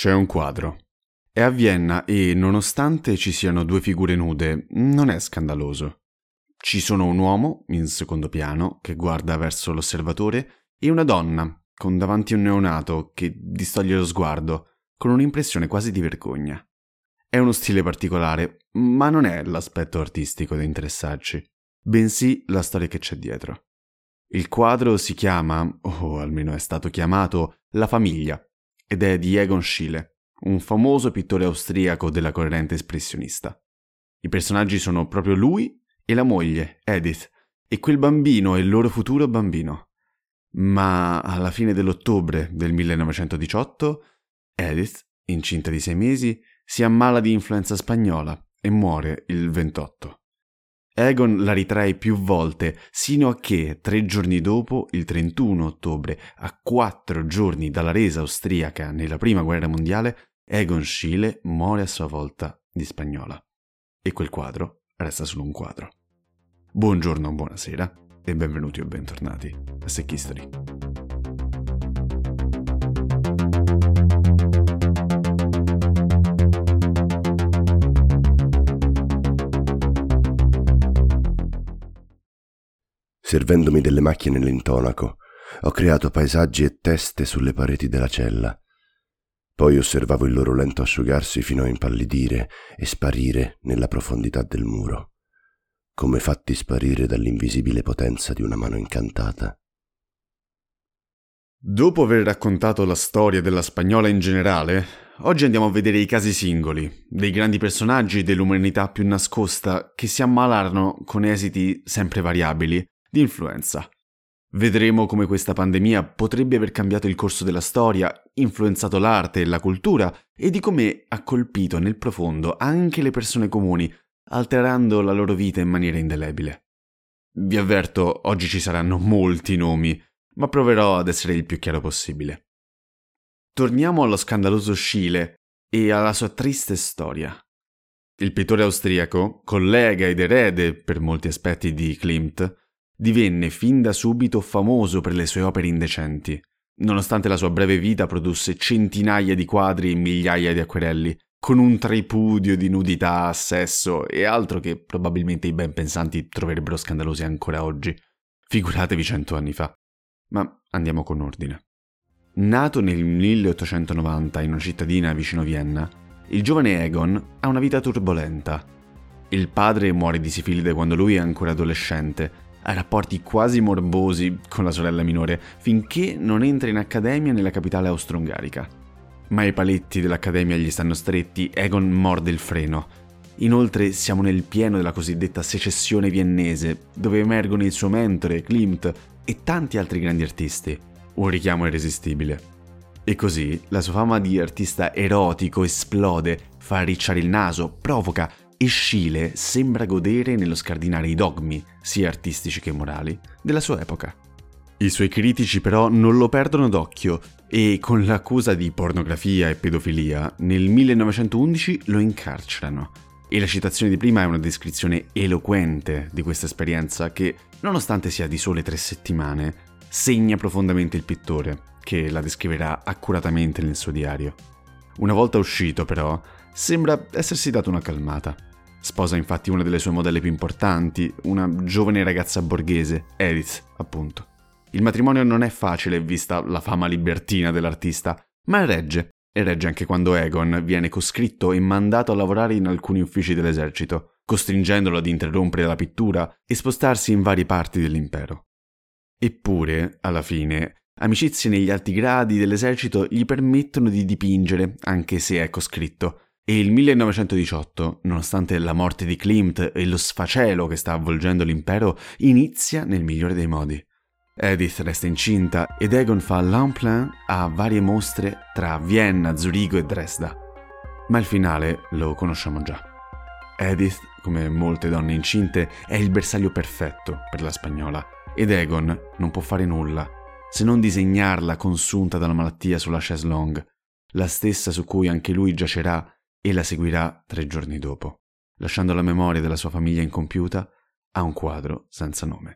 C'è un quadro. È a Vienna e, nonostante ci siano due figure nude, non è scandaloso. Ci sono un uomo, in secondo piano, che guarda verso l'osservatore, e una donna, con davanti un neonato, che distoglie lo sguardo, con un'impressione quasi di vergogna. È uno stile particolare, ma non è l'aspetto artistico da interessarci, bensì la storia che c'è dietro. Il quadro si chiama, o almeno è stato chiamato, La famiglia, ed è di Egon Schiele, un famoso pittore austriaco della corrente espressionista. I personaggi sono proprio lui e la moglie, Edith, e quel bambino è il loro futuro bambino. Ma alla fine dell'ottobre del 1918, Edith, incinta di 6 mesi, si ammala di influenza spagnola e muore il 28. Egon la ritrae più volte, sino a che, 3 giorni dopo, il 31 ottobre, a 4 giorni dalla resa austriaca nella Prima Guerra Mondiale, Egon Schiele muore a sua volta di spagnola. E quel quadro resta solo un quadro. Buongiorno, buonasera e benvenuti o bentornati a Sick History. Servendomi delle macchie nell'intonaco, ho creato paesaggi e teste sulle pareti della cella. Poi osservavo il loro lento asciugarsi fino a impallidire e sparire nella profondità del muro, come fatti sparire dall'invisibile potenza di una mano incantata. Dopo aver raccontato la storia della spagnola in generale, oggi andiamo a vedere i casi singoli, dei grandi personaggi dell'umanità più nascosta che si ammalarono con esiti sempre variabili di influenza. Vedremo come questa pandemia potrebbe aver cambiato il corso della storia, influenzato l'arte e la cultura e di come ha colpito nel profondo anche le persone comuni, alterando la loro vita in maniera indelebile. Vi avverto, oggi ci saranno molti nomi, ma proverò ad essere il più chiaro possibile. Torniamo allo scandaloso Schiele e alla sua triste storia. Il pittore austriaco, collega ed erede per molti aspetti di Klimt, divenne fin da subito famoso per le sue opere indecenti. Nonostante la sua breve vita produsse centinaia di quadri e migliaia di acquerelli, con un tripudio di nudità, sesso e altro che probabilmente i ben pensanti troverebbero scandalosi ancora oggi. Figuratevi 100 anni fa. Ma andiamo con ordine. Nato nel 1890 in una cittadina vicino Vienna, il giovane Egon ha una vita turbolenta. Il padre muore di sifilide quando lui è ancora adolescente, ha rapporti quasi morbosi con la sorella minore finché non entra in accademia nella capitale austro-ungarica. Ma i paletti dell'accademia gli stanno stretti, Egon morde il freno. Inoltre siamo nel pieno della cosiddetta secessione viennese, dove emergono il suo mentore, Klimt, e tanti altri grandi artisti. Un richiamo irresistibile. E così la sua fama di artista erotico esplode, fa arricciare il naso, provoca, e Schiele sembra godere nello scardinare i dogmi, sia artistici che morali, della sua epoca. I suoi critici però non lo perdono d'occhio e, con l'accusa di pornografia e pedofilia, nel 1911 lo incarcerano. E la citazione di prima è una descrizione eloquente di questa esperienza che, nonostante sia di sole 3 settimane, segna profondamente il pittore, che la descriverà accuratamente nel suo diario. Una volta uscito, però, sembra essersi dato una calmata. Sposa infatti una delle sue modelle più importanti, una giovane ragazza borghese, Edith, appunto. Il matrimonio non è facile, vista la fama libertina dell'artista, ma regge, e regge anche quando Egon viene coscritto e mandato a lavorare in alcuni uffici dell'esercito, costringendolo ad interrompere la pittura e spostarsi in varie parti dell'impero. Eppure, alla fine, amicizie negli alti gradi dell'esercito gli permettono di dipingere, anche se è coscritto. E il 1918, nonostante la morte di Klimt e lo sfacelo che sta avvolgendo l'impero, inizia nel migliore dei modi. Edith resta incinta ed Egon fa l'emplin a varie mostre tra Vienna, Zurigo e Dresda. Ma il finale lo conosciamo già. Edith, come molte donne incinte, è il bersaglio perfetto per la spagnola ed Egon non può fare nulla se non disegnarla consunta dalla malattia sulla chaise longue, la stessa su cui anche lui giacerà e la seguirà 3 giorni dopo, lasciando la memoria della sua famiglia incompiuta a un quadro senza nome.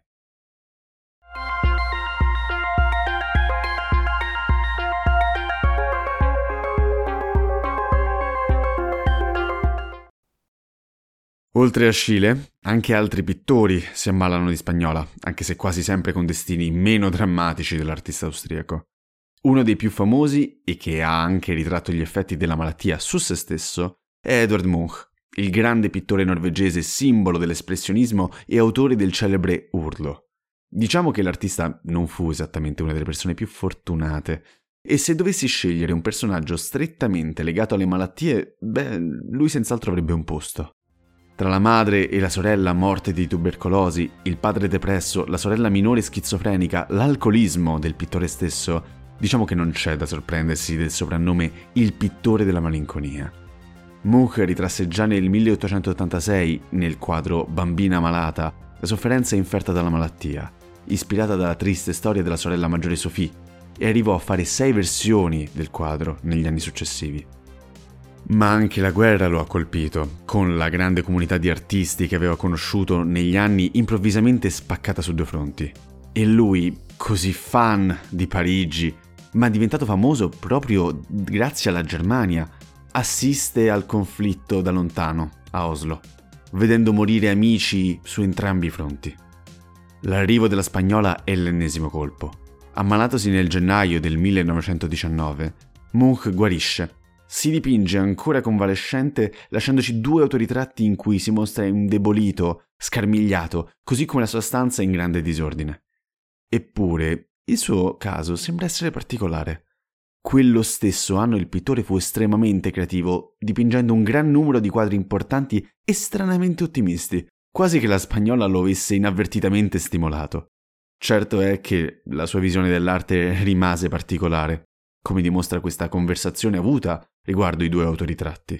Oltre a Schiele, anche altri pittori si ammalano di spagnola, anche se quasi sempre con destini meno drammatici dell'artista austriaco. Uno dei più famosi, e che ha anche ritratto gli effetti della malattia su se stesso, è Edvard Munch, il grande pittore norvegese simbolo dell'espressionismo e autore del celebre Urlo. Diciamo che l'artista non fu esattamente una delle persone più fortunate, e se dovessi scegliere un personaggio strettamente legato alle malattie, lui senz'altro avrebbe un posto. Tra la madre e la sorella morte di tubercolosi, il padre depresso, la sorella minore schizofrenica, l'alcolismo del pittore stesso, diciamo che non c'è da sorprendersi del soprannome il pittore della malinconia. Munch ritrasse già nel 1886, nel quadro Bambina malata, la sofferenza inferta dalla malattia, ispirata dalla triste storia della sorella maggiore Sophie, e arrivò a fare 6 versioni del quadro negli anni successivi. Ma anche la guerra lo ha colpito, con la grande comunità di artisti che aveva conosciuto negli anni improvvisamente spaccata su 2 fronti. E lui, così fan di Parigi, ma diventato famoso proprio grazie alla Germania, assiste al conflitto da lontano, a Oslo, vedendo morire amici su entrambi i fronti. L'arrivo della spagnola è l'ennesimo colpo. Ammalatosi nel gennaio del 1919, Munch guarisce. Si dipinge ancora convalescente lasciandoci 2 autoritratti in cui si mostra indebolito, scarmigliato, così come la sua stanza in grande disordine. Eppure, il suo caso sembra essere particolare. Quello stesso anno il pittore fu estremamente creativo, dipingendo un gran numero di quadri importanti e stranamente ottimisti, quasi che la spagnola lo avesse inavvertitamente stimolato. Certo è che la sua visione dell'arte rimase particolare, come dimostra questa conversazione avuta riguardo i 2 autoritratti.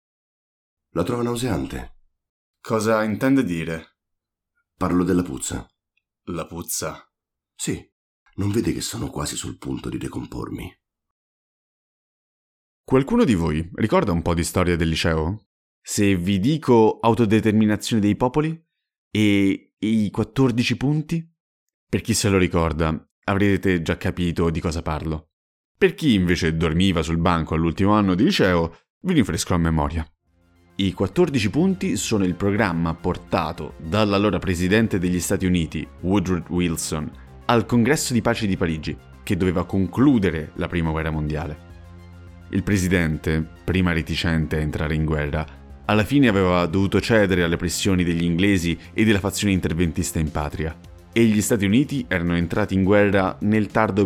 La trova nauseante. Cosa intende dire? Parlo della puzza. La puzza? Sì, non vede che sono quasi sul punto di decompormi. Qualcuno di voi ricorda un po' di storia del liceo? Se vi dico autodeterminazione dei popoli e i 14 punti? Per chi se lo ricorda, avrete già capito di cosa parlo. Per chi invece dormiva sul banco all'ultimo anno di liceo, vi rinfresco la memoria. I 14 punti sono il programma portato dall'allora presidente degli Stati Uniti, Woodrow Wilson, al Congresso di Pace di Parigi, che doveva concludere la Prima Guerra Mondiale. Il presidente, prima reticente a entrare in guerra, alla fine aveva dovuto cedere alle pressioni degli inglesi e della fazione interventista in patria, e gli Stati Uniti erano entrati in guerra nel tardo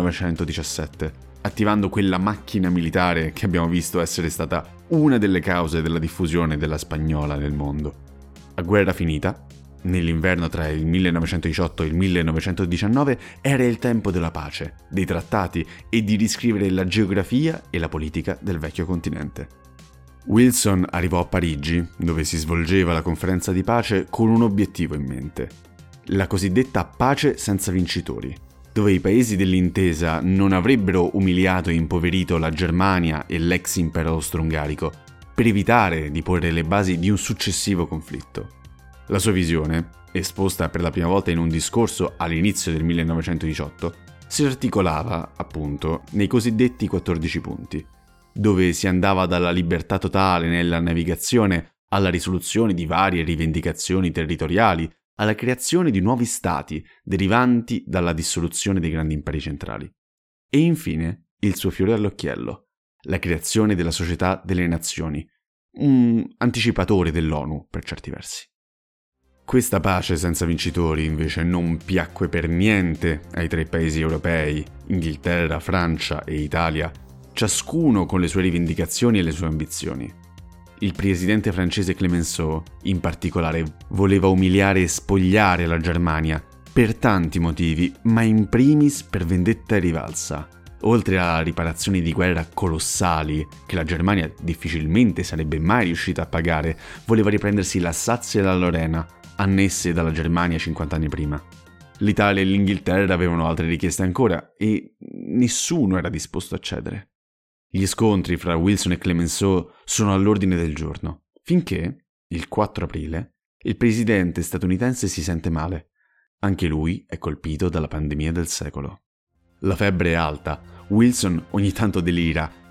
1917, attivando quella macchina militare che abbiamo visto essere stata una delle cause della diffusione della spagnola nel mondo. A guerra finita, nell'inverno tra il 1918 e il 1919, era il tempo della pace, dei trattati e di riscrivere la geografia e la politica del vecchio continente. Wilson arrivò a Parigi, dove si svolgeva la conferenza di pace, con un obiettivo in mente: la cosiddetta pace senza vincitori, dove i paesi dell'intesa non avrebbero umiliato e impoverito la Germania e l'ex impero austro-ungarico, per evitare di porre le basi di un successivo conflitto. La sua visione, esposta per la prima volta in un discorso all'inizio del 1918, si articolava, appunto, nei cosiddetti 14 punti, dove si andava dalla libertà totale nella navigazione alla risoluzione di varie rivendicazioni territoriali, alla creazione di nuovi stati derivanti dalla dissoluzione dei grandi imperi centrali. E infine il suo fiore all'occhiello, la creazione della Società delle Nazioni, un anticipatore dell'ONU per certi versi. Questa pace senza vincitori invece non piacque per niente ai 3 paesi europei, Inghilterra, Francia e Italia, ciascuno con le sue rivendicazioni e le sue ambizioni. Il presidente francese Clemenceau, in particolare, voleva umiliare e spogliare la Germania per tanti motivi, ma in primis per vendetta e rivalsa. Oltre a riparazioni di guerra colossali che la Germania difficilmente sarebbe mai riuscita a pagare, voleva riprendersi l'Alsazia e la Lorena, annesse dalla Germania 50 anni prima. L'Italia e l'Inghilterra avevano altre richieste ancora e nessuno era disposto a cedere. Gli scontri fra Wilson e Clemenceau sono all'ordine del giorno, finché, il 4 aprile, il presidente statunitense si sente male. Anche lui è colpito dalla pandemia del secolo. La febbre è alta, Wilson ogni tanto delira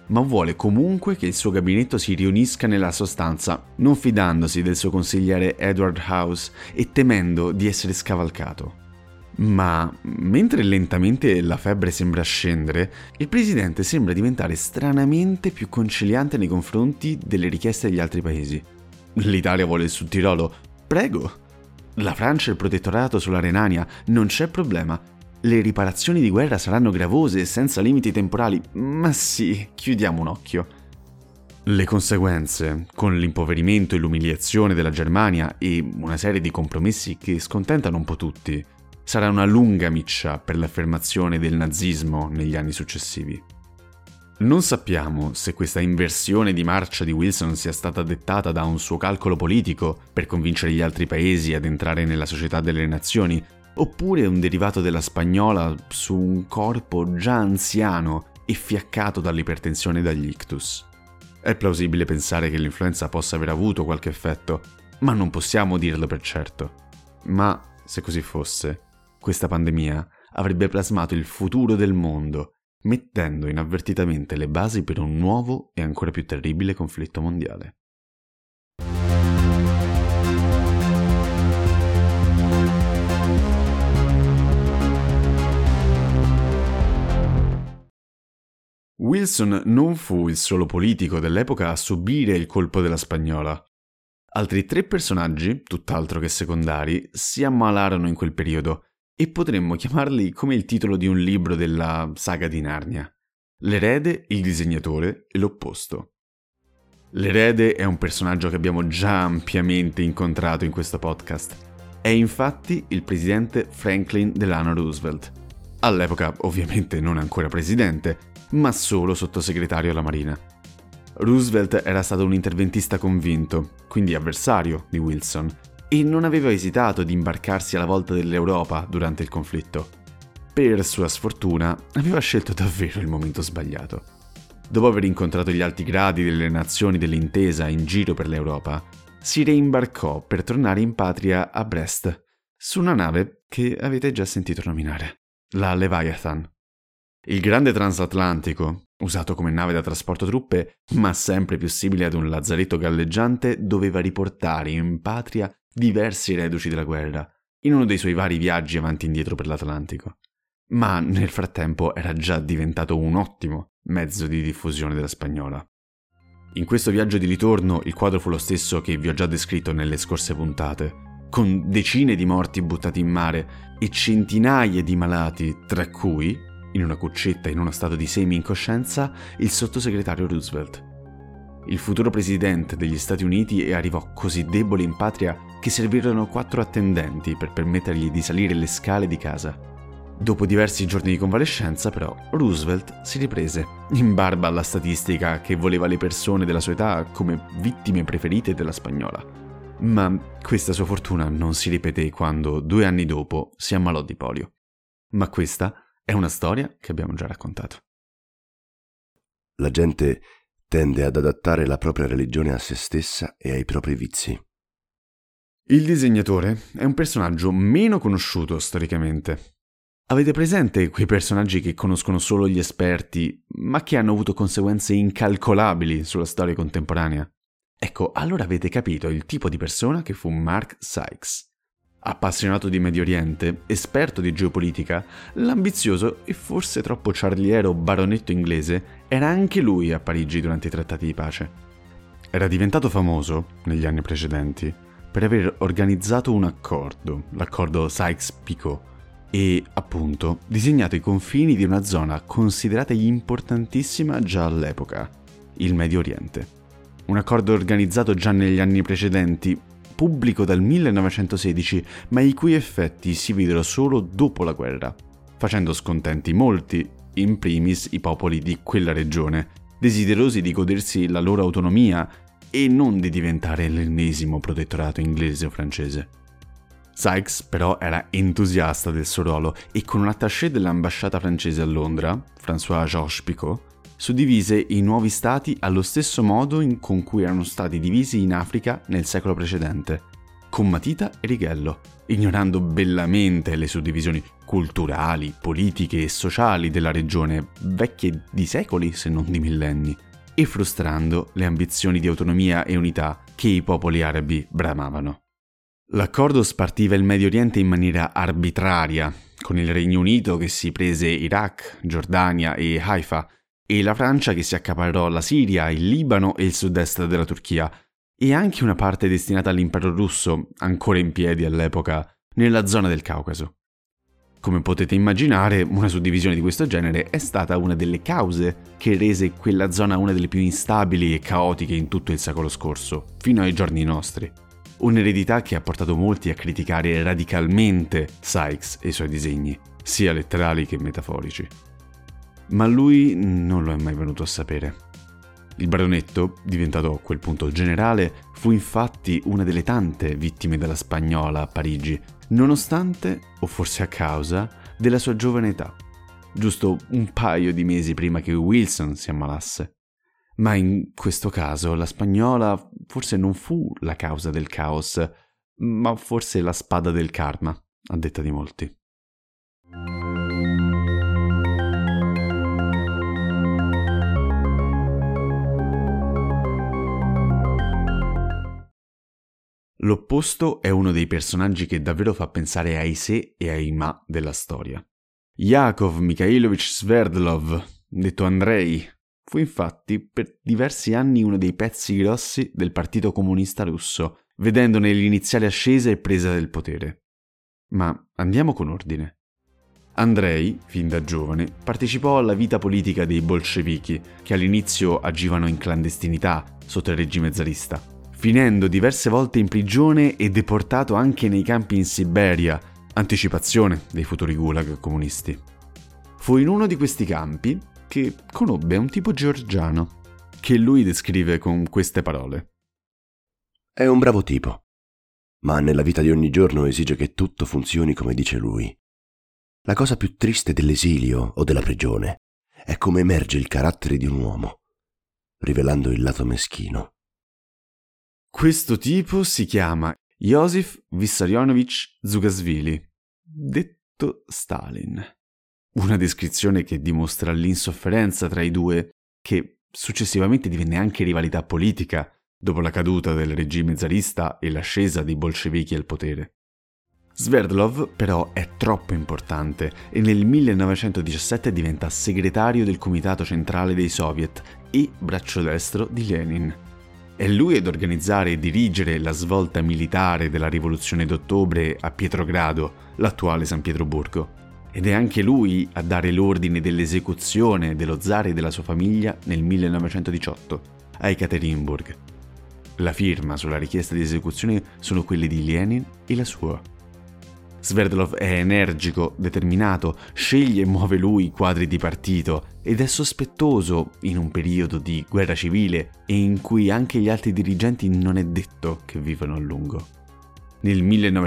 ma vuole comunque che il suo gabinetto si riunisca nella sostanza, non fidandosi del suo consigliere Edward House e temendo di essere scavalcato. Ma mentre lentamente la febbre sembra scendere, il presidente sembra diventare stranamente più conciliante nei confronti delle richieste degli altri paesi. L'Italia vuole il Sud Tirolo? Prego! La Francia e il protettorato sulla Renania? Non c'è problema. Le riparazioni di guerra saranno gravose e senza limiti temporali? Ma sì, chiudiamo un occhio. Le conseguenze, con l'impoverimento e l'umiliazione della Germania e una serie di compromessi che scontentano un po' tutti, sarà una lunga miccia per l'affermazione del nazismo negli anni successivi. Non sappiamo se questa inversione di marcia di Wilson sia stata dettata da un suo calcolo politico per convincere gli altri paesi ad entrare nella Società delle Nazioni, oppure un derivato della spagnola su un corpo già anziano e fiaccato dall'ipertensione e dagli ictus. È plausibile pensare che l'influenza possa aver avuto qualche effetto, ma non possiamo dirlo per certo. Ma, se così fosse, questa pandemia avrebbe plasmato il futuro del mondo, mettendo inavvertitamente le basi per un nuovo e ancora più terribile conflitto mondiale. Wilson non fu il solo politico dell'epoca a subire il colpo della spagnola. Altri 3 personaggi, tutt'altro che secondari, si ammalarono in quel periodo, e potremmo chiamarli come il titolo di un libro della saga di Narnia: l'erede, il disegnatore e l'opposto. L'erede è un personaggio che abbiamo già ampiamente incontrato in questo podcast. È infatti il presidente Franklin Delano Roosevelt. All'epoca ovviamente non ancora presidente, ma solo sottosegretario alla Marina. Roosevelt era stato un interventista convinto, quindi avversario di Wilson, e non aveva esitato di imbarcarsi alla volta dell'Europa durante il conflitto. Per sua sfortuna, aveva scelto davvero il momento sbagliato. Dopo aver incontrato gli alti gradi delle nazioni dell'intesa in giro per l'Europa, si reimbarcò per tornare in patria a Brest, su una nave che avete già sentito nominare, la Leviathan. Il grande transatlantico, usato come nave da trasporto truppe, ma sempre più simile ad un lazzaretto galleggiante, doveva riportare in patria diversi reduci della guerra, in uno dei suoi vari viaggi avanti e indietro per l'Atlantico. Ma nel frattempo era già diventato un ottimo mezzo di diffusione della spagnola. In questo viaggio di ritorno il quadro fu lo stesso che vi ho già descritto nelle scorse puntate, con decine di morti buttati in mare e centinaia di malati, tra cui, in una cuccetta in uno stato di semi-incoscienza, il sottosegretario Roosevelt. Il futuro presidente degli Stati Uniti arrivò così debole in patria che servirono 4 attendenti per permettergli di salire le scale di casa. Dopo diversi giorni di convalescenza, però, Roosevelt si riprese, in barba alla statistica che voleva le persone della sua età come vittime preferite della spagnola. Ma questa sua fortuna non si ripeté quando, 2 anni dopo, si ammalò di polio. Ma questa è una storia che abbiamo già raccontato. La gente tende ad adattare la propria religione a se stessa e ai propri vizi. Il disegnatore è un personaggio meno conosciuto storicamente. Avete presente quei personaggi che conoscono solo gli esperti, ma che hanno avuto conseguenze incalcolabili sulla storia contemporanea? Ecco, allora avete capito il tipo di persona che fu Mark Sykes. Appassionato di Medio Oriente, esperto di geopolitica, l'ambizioso e forse troppo ciarliero baronetto inglese era anche lui a Parigi durante i trattati di pace. Era diventato famoso, negli anni precedenti, per aver organizzato un accordo, l'accordo Sykes-Picot, e, appunto, disegnato i confini di una zona considerata importantissima già all'epoca, il Medio Oriente. Un accordo organizzato già negli anni precedenti, pubblico dal 1916, ma i cui effetti si videro solo dopo la guerra, facendo scontenti molti, in primis i popoli di quella regione, desiderosi di godersi la loro autonomia e non di diventare l'ennesimo protettorato inglese o francese. Sykes però era entusiasta del suo ruolo e con un attaché dell'ambasciata francese a Londra, François-Georges Picot, suddivise i nuovi stati allo stesso modo con cui erano stati divisi in Africa nel secolo precedente, con matita e righello, ignorando bellamente le suddivisioni culturali, politiche e sociali della regione, vecchie di secoli se non di millenni, e frustrando le ambizioni di autonomia e unità che i popoli arabi bramavano. L'accordo spartiva il Medio Oriente in maniera arbitraria, con il Regno Unito che si prese Iraq, Giordania e Haifa, e la Francia che si accaparrò la Siria, il Libano e il sud-est della Turchia, e anche una parte destinata all'impero russo, ancora in piedi all'epoca, nella zona del Caucaso. Come potete immaginare, una suddivisione di questo genere è stata una delle cause che rese quella zona una delle più instabili e caotiche in tutto il secolo scorso, fino ai giorni nostri. Un'eredità che ha portato molti a criticare radicalmente Sykes e i suoi disegni, sia letterali che metaforici. Ma lui non lo è mai venuto a sapere. Il baronetto, diventato a quel punto generale, fu infatti una delle tante vittime della Spagnola a Parigi, nonostante, o forse a causa, della sua giovane età, giusto un paio di mesi prima che Wilson si ammalasse. Ma in questo caso la Spagnola forse non fu la causa del caos, ma forse la spada del karma, a detta di molti. L'opposto è uno dei personaggi che davvero fa pensare ai se e ai ma della storia. Yakov Mikhailovich Sverdlov, detto Andrei, fu infatti per diversi anni uno dei pezzi grossi del Partito Comunista Russo, vedendone l'iniziale ascesa e presa del potere. Ma andiamo con ordine. Andrei, fin da giovane, partecipò alla vita politica dei bolscevichi, che all'inizio agivano in clandestinità sotto il regime zarista, finendo diverse volte in prigione e deportato anche nei campi in Siberia, anticipazione dei futuri gulag comunisti. Fu in uno di questi campi che conobbe un tipo georgiano, che lui descrive con queste parole. È un bravo tipo, ma nella vita di ogni giorno esige che tutto funzioni come dice lui. La cosa più triste dell'esilio o della prigione è come emerge il carattere di un uomo, rivelando il lato meschino. Questo tipo si chiama Iosif Vissarionovich Dzugasvili, detto Stalin. Una descrizione che dimostra l'insofferenza tra i due, che successivamente divenne anche rivalità politica dopo la caduta del regime zarista e l'ascesa dei bolscevichi al potere. Sverdlov però è troppo importante e nel 1917 diventa segretario del Comitato Centrale dei Soviet e braccio destro di Lenin. È lui ad organizzare e dirigere la svolta militare della rivoluzione d'ottobre a Pietrogrado, l'attuale San Pietroburgo, ed è anche lui a dare l'ordine dell'esecuzione dello zar e della sua famiglia nel 1918 a Ekaterinburg. La firma sulla richiesta di esecuzione sono quelle di Lenin e la sua. Sverdlov è energico, determinato, sceglie e muove lui i quadri di partito ed è sospettoso in un periodo di guerra civile e in cui anche gli altri dirigenti non è detto che vivano a lungo. Nel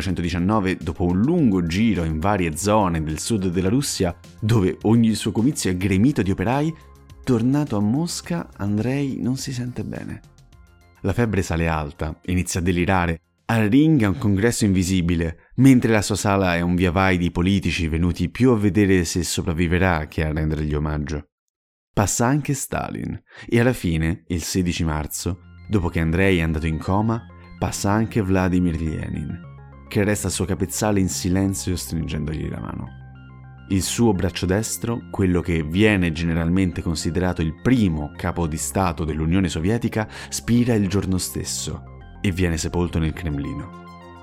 1919, dopo un lungo giro in varie zone del sud della Russia, dove ogni suo comizio è gremito di operai, tornato a Mosca, Andrei non si sente bene. La febbre sale alta, inizia a delirare, arringa un congresso invisibile, mentre la sua sala è un viavai di politici venuti più a vedere se sopravviverà che a rendergli omaggio. Passa anche Stalin e alla fine, il 16 marzo, dopo che Andrei è andato in coma, passa anche Vladimir Lenin, che resta al suo capezzale in silenzio stringendogli la mano. Il suo braccio destro, quello che viene generalmente considerato il primo capo di Stato dell'Unione Sovietica, spira il giorno stesso e viene sepolto nel Cremlino.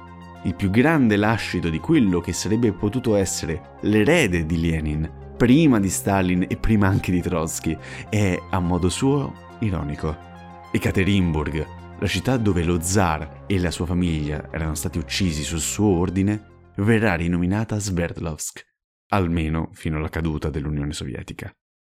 Il più grande lascito di quello che sarebbe potuto essere l'erede di Lenin, prima di Stalin e prima anche di Trotsky, è, a modo suo, ironico. Ekaterinburg, la città dove lo zar e la sua famiglia erano stati uccisi sul suo ordine, verrà rinominata Sverdlovsk, almeno fino alla caduta dell'Unione Sovietica.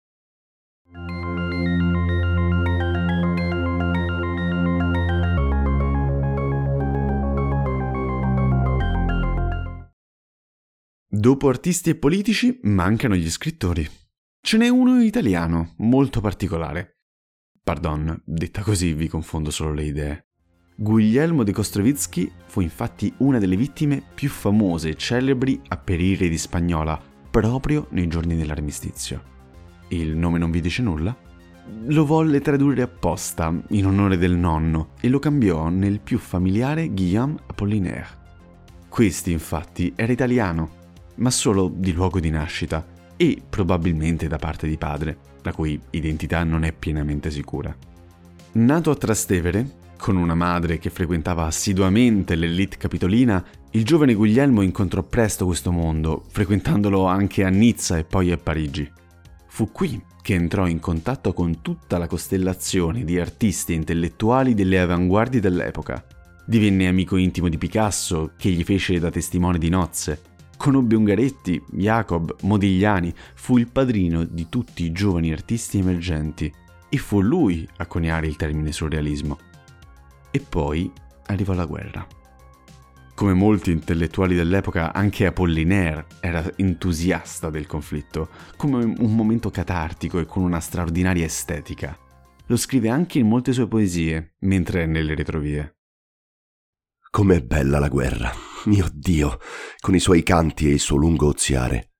Dopo artisti e politici mancano gli scrittori. Ce n'è uno italiano, molto particolare. Pardon, detta così vi confondo solo le idee. Guglielmo de Kostrowicki fu infatti una delle vittime più famose e celebri a perire di Spagnola proprio nei giorni dell'armistizio. Il nome non vi dice nulla? Lo volle tradurre apposta in onore del nonno e lo cambiò nel più familiare Guillaume Apollinaire. Questi infatti era italiano, ma solo di luogo di nascita e probabilmente da parte di padre, la cui identità non è pienamente sicura. Nato a Trastevere, con una madre che frequentava assiduamente l'élite capitolina, il giovane Guglielmo incontrò presto questo mondo, frequentandolo anche a Nizza e poi a Parigi. Fu qui che entrò in contatto con tutta la costellazione di artisti e intellettuali delle avanguardie dell'epoca. Divenne amico intimo di Picasso, che gli fece da testimone di nozze. Conobbe Ungaretti, Jacob, Modigliani, fu il padrino di tutti i giovani artisti emergenti e fu lui a coniare il termine surrealismo. E poi arrivò la guerra. Come molti intellettuali dell'epoca, anche Apollinaire era entusiasta del conflitto, come un momento catartico e con una straordinaria estetica. Lo scrive anche in molte sue poesie, mentre è nelle retrovie. Com'è bella la guerra, mio Dio, con i suoi canti e il suo lungo oziare.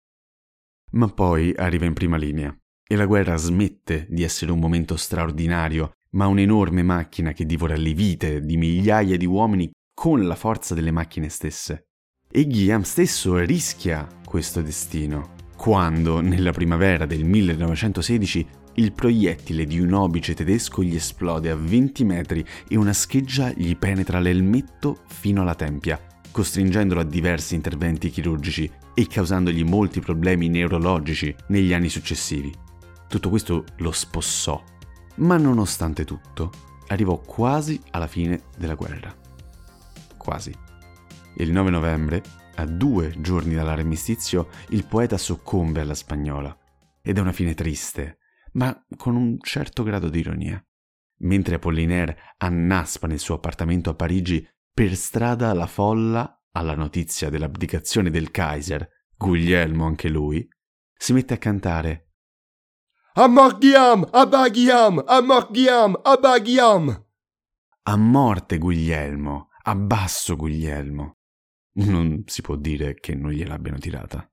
Ma poi arriva in prima linea, e la guerra smette di essere un momento straordinario, ma un'enorme macchina che divora le vite di migliaia di uomini con la forza delle macchine stesse. E Guillaume stesso rischia questo destino, quando, nella primavera del 1916, il proiettile di un obice tedesco gli esplode a 20 metri e una scheggia gli penetra l'elmetto fino alla tempia, costringendolo a diversi interventi chirurgici e causandogli molti problemi neurologici negli anni successivi. Tutto questo lo spossò, ma nonostante tutto arrivò quasi alla fine della guerra. Quasi. Il 9 novembre, a 2 giorni dall'armistizio, il poeta soccombe alla Spagnola. Ed è una fine triste, ma con un certo grado di ironia. Mentre Apollinaire annaspa nel suo appartamento a Parigi, per strada la folla, alla notizia dell'abdicazione del Kaiser, Guglielmo anche lui, si mette a cantare A mort Guillaume, a bas Guillaume, a mort Guillaume, a bas Guillaume. A morte Guglielmo, abbasso Guglielmo. Non si può dire che non gliel'abbiano tirata.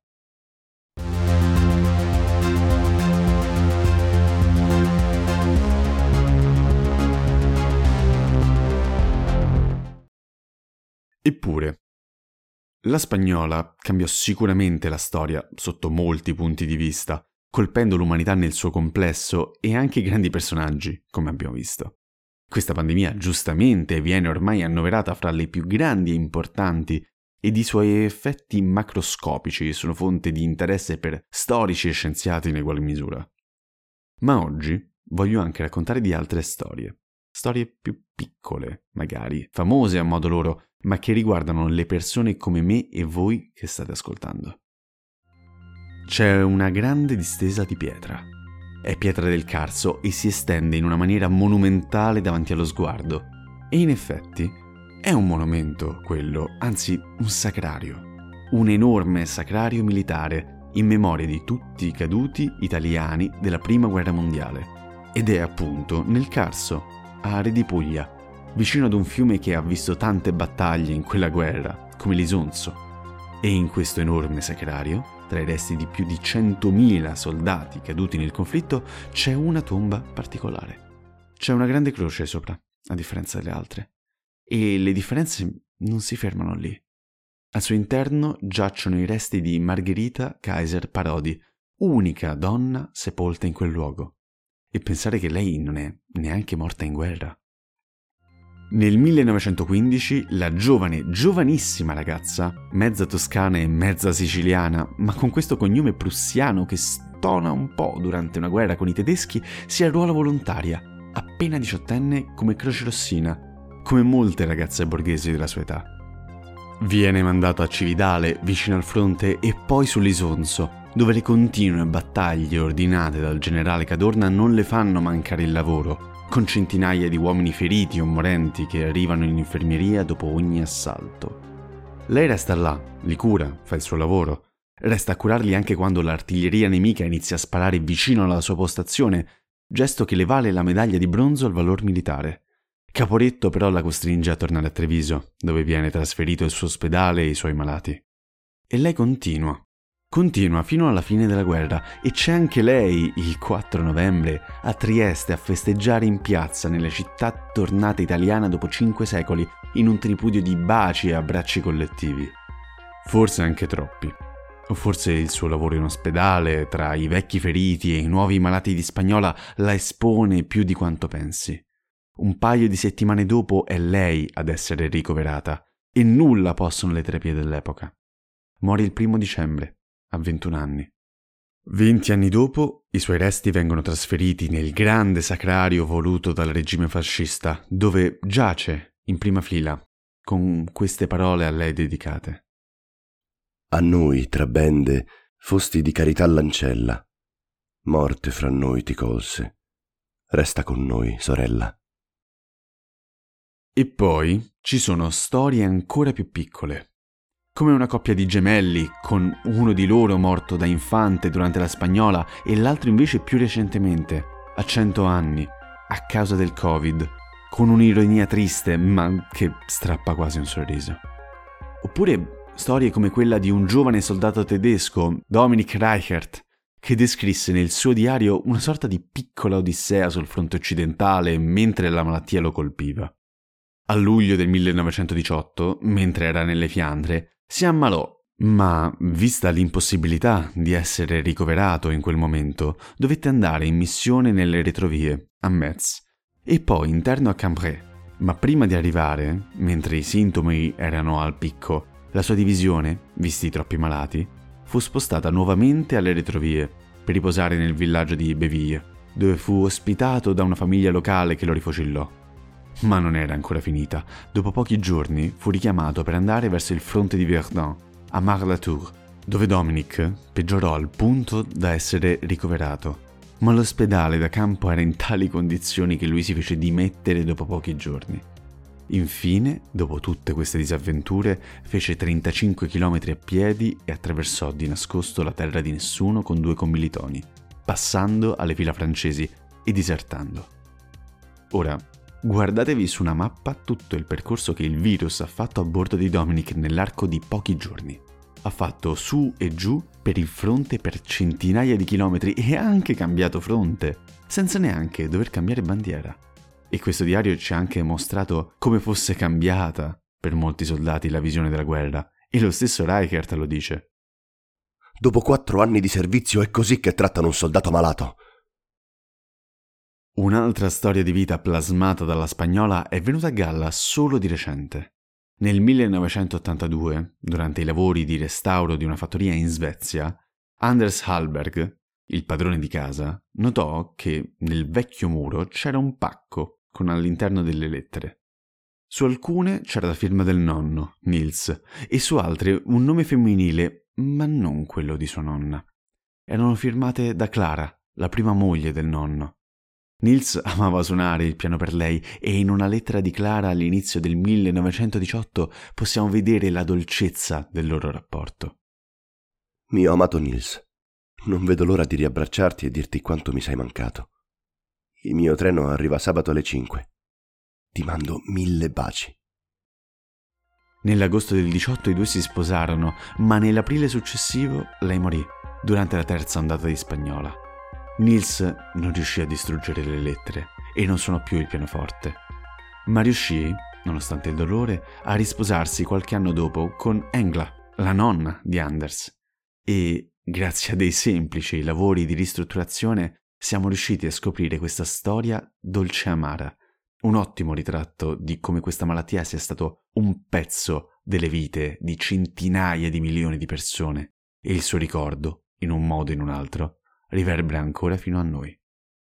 Eppure, la Spagnola cambiò sicuramente la storia sotto molti punti di vista, colpendo l'umanità nel suo complesso e anche i grandi personaggi, come abbiamo visto. Questa pandemia giustamente viene ormai annoverata fra le più grandi e importanti ed i suoi effetti macroscopici sono fonte di interesse per storici e scienziati in eguale misura. Ma oggi voglio anche raccontare di altre storie più piccole, magari, famose a modo loro, ma che riguardano le persone come me e voi che state ascoltando. C'è una grande distesa di pietra. È pietra del Carso e si estende in una maniera monumentale davanti allo sguardo. E in effetti è un monumento quello, anzi un sacrario. Un enorme sacrario militare in memoria di tutti i caduti italiani della Prima Guerra Mondiale. Ed è appunto nel Carso, a Are di Puglia, vicino ad un fiume che ha visto tante battaglie in quella guerra, come l'Isonzo. E in questo enorme sacrario, tra i resti di più di 100.000 soldati caduti nel conflitto, c'è una tomba particolare. C'è una grande croce sopra, a differenza delle altre. E le differenze non si fermano lì. Al suo interno giacciono i resti di Margherita Kaiser Parodi, unica donna sepolta in quel luogo. E pensare che lei non è neanche morta in guerra. Nel 1915 la giovanissima ragazza, mezza toscana e mezza siciliana, ma con questo cognome prussiano che stona un po' durante una guerra con i tedeschi, si arruola volontaria, appena 18enne come crocerossina, come molte ragazze borghesi della sua età. Viene mandata a Cividale, vicino al fronte, e poi sull'Isonzo, dove le continue battaglie ordinate dal generale Cadorna non le fanno mancare il lavoro, con centinaia di uomini feriti o morenti che arrivano in infermeria dopo ogni assalto. Lei resta là, li cura, fa il suo lavoro, resta a curarli anche quando l'artiglieria nemica inizia a sparare vicino alla sua postazione, gesto che le vale la medaglia di bronzo al valor militare. Caporetto però la costringe a tornare a Treviso, dove viene trasferito il suo ospedale e i suoi malati. E lei continua fino alla fine della guerra, e c'è anche lei il 4 novembre a Trieste a festeggiare in piazza nella città tornata italiana dopo 5 secoli, in un tripudio di baci e abbracci collettivi. Forse anche troppi. O forse il suo lavoro in ospedale, tra i vecchi feriti e i nuovi malati di Spagnola, la espone più di quanto pensi. Un paio di settimane dopo è lei ad essere ricoverata, e nulla possono le terapie dell'epoca. Muore il 1 dicembre, a 21 anni. 20 anni dopo, i suoi resti vengono trasferiti nel grande sacrario voluto dal regime fascista, dove giace in prima fila, con queste parole a lei dedicate. A noi, tra bende, fosti di carità l'ancella. Morte fra noi ti colse. Resta con noi, sorella. E poi ci sono storie ancora più piccole. Come una coppia di gemelli, con uno di loro morto da infante durante la Spagnola e l'altro invece più recentemente, a 100 anni, a causa del Covid, con un'ironia triste ma che strappa quasi un sorriso. Oppure storie come quella di un giovane soldato tedesco, Dominik Reichert, che descrisse nel suo diario una sorta di piccola odissea sul fronte occidentale mentre la malattia lo colpiva. A luglio del 1918, mentre era nelle Fiandre, si ammalò, ma, vista l'impossibilità di essere ricoverato in quel momento, dovette andare in missione nelle retrovie, a Metz, e poi interno a Cambrai. Ma prima di arrivare, mentre i sintomi erano al picco, la sua divisione, visti i troppi malati, fu spostata nuovamente alle retrovie, per riposare nel villaggio di Béville, dove fu ospitato da una famiglia locale che lo rifocillò. Ma non era ancora finita. Dopo pochi giorni fu richiamato per andare verso il fronte di Verdun, a Marles-la-Tour, dove Dominik peggiorò al punto da essere ricoverato. Ma l'ospedale da campo era in tali condizioni che lui si fece dimettere dopo pochi giorni. Infine, dopo tutte queste disavventure, fece 35 chilometri a piedi e attraversò di nascosto la terra di nessuno con 2 commilitoni, passando alle fila francesi e disertando. Ora, guardatevi su una mappa tutto il percorso che il virus ha fatto a bordo di Dominik nell'arco di pochi giorni. Ha fatto su e giù per il fronte per centinaia di chilometri e ha anche cambiato fronte, senza neanche dover cambiare bandiera. E questo diario ci ha anche mostrato come fosse cambiata per molti soldati la visione della guerra, e lo stesso Reichert lo dice. Dopo 4 anni di servizio è così che trattano un soldato malato. Un'altra storia di vita plasmata dalla Spagnola è venuta a galla solo di recente. Nel 1982, durante i lavori di restauro di una fattoria in Svezia, Anders Hallberg, il padrone di casa, notò che nel vecchio muro c'era un pacco con all'interno delle lettere. Su alcune c'era la firma del nonno, Nils, e su altre un nome femminile, ma non quello di sua nonna. Erano firmate da Clara, la prima moglie del nonno. Nils amava suonare il piano per lei e in una lettera di Clara all'inizio del 1918 possiamo vedere la dolcezza del loro rapporto. Mio amato Nils, non vedo l'ora di riabbracciarti e dirti quanto mi sei mancato. Il mio treno arriva sabato alle 5. Ti mando 1000 baci. Nell'agosto del 18 i due si sposarono, ma nell'aprile successivo lei morì durante la terza ondata di Spagnola. Nils non riuscì a distruggere le lettere e non suonò più il pianoforte, ma riuscì, nonostante il dolore, a risposarsi qualche anno dopo con Engla, la nonna di Anders. E, grazie a dei semplici lavori di ristrutturazione, siamo riusciti a scoprire questa storia dolce e amara, un ottimo ritratto di come questa malattia sia stato un pezzo delle vite di centinaia di milioni di persone, e il suo ricordo, in un modo o in un altro, riverbera ancora fino a noi.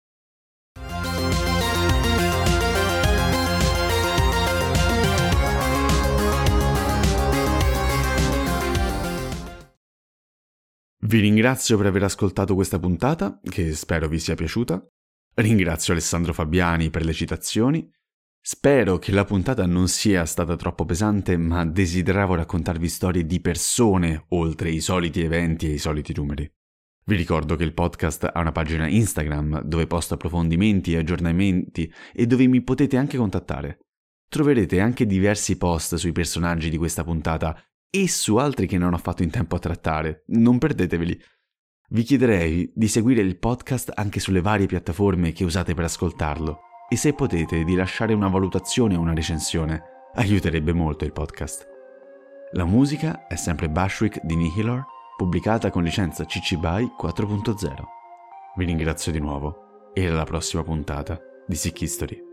Vi ringrazio per aver ascoltato questa puntata, che spero vi sia piaciuta. Ringrazio Alessandro Fabiani per le citazioni. Spero che la puntata non sia stata troppo pesante, ma desideravo raccontarvi storie di persone oltre i soliti eventi e i soliti numeri. Vi ricordo che il podcast ha una pagina Instagram dove posto approfondimenti e aggiornamenti e dove mi potete anche contattare. Troverete anche diversi post sui personaggi di questa puntata e su altri che non ho fatto in tempo a trattare, non perdeteveli. Vi chiederei di seguire il podcast anche sulle varie piattaforme che usate per ascoltarlo e se potete di lasciare una valutazione o una recensione, aiuterebbe molto il podcast. La musica è sempre Bushwick di Nihilor, pubblicata con licenza CC BY 4.0. Vi ringrazio di nuovo e alla prossima puntata di Sick History.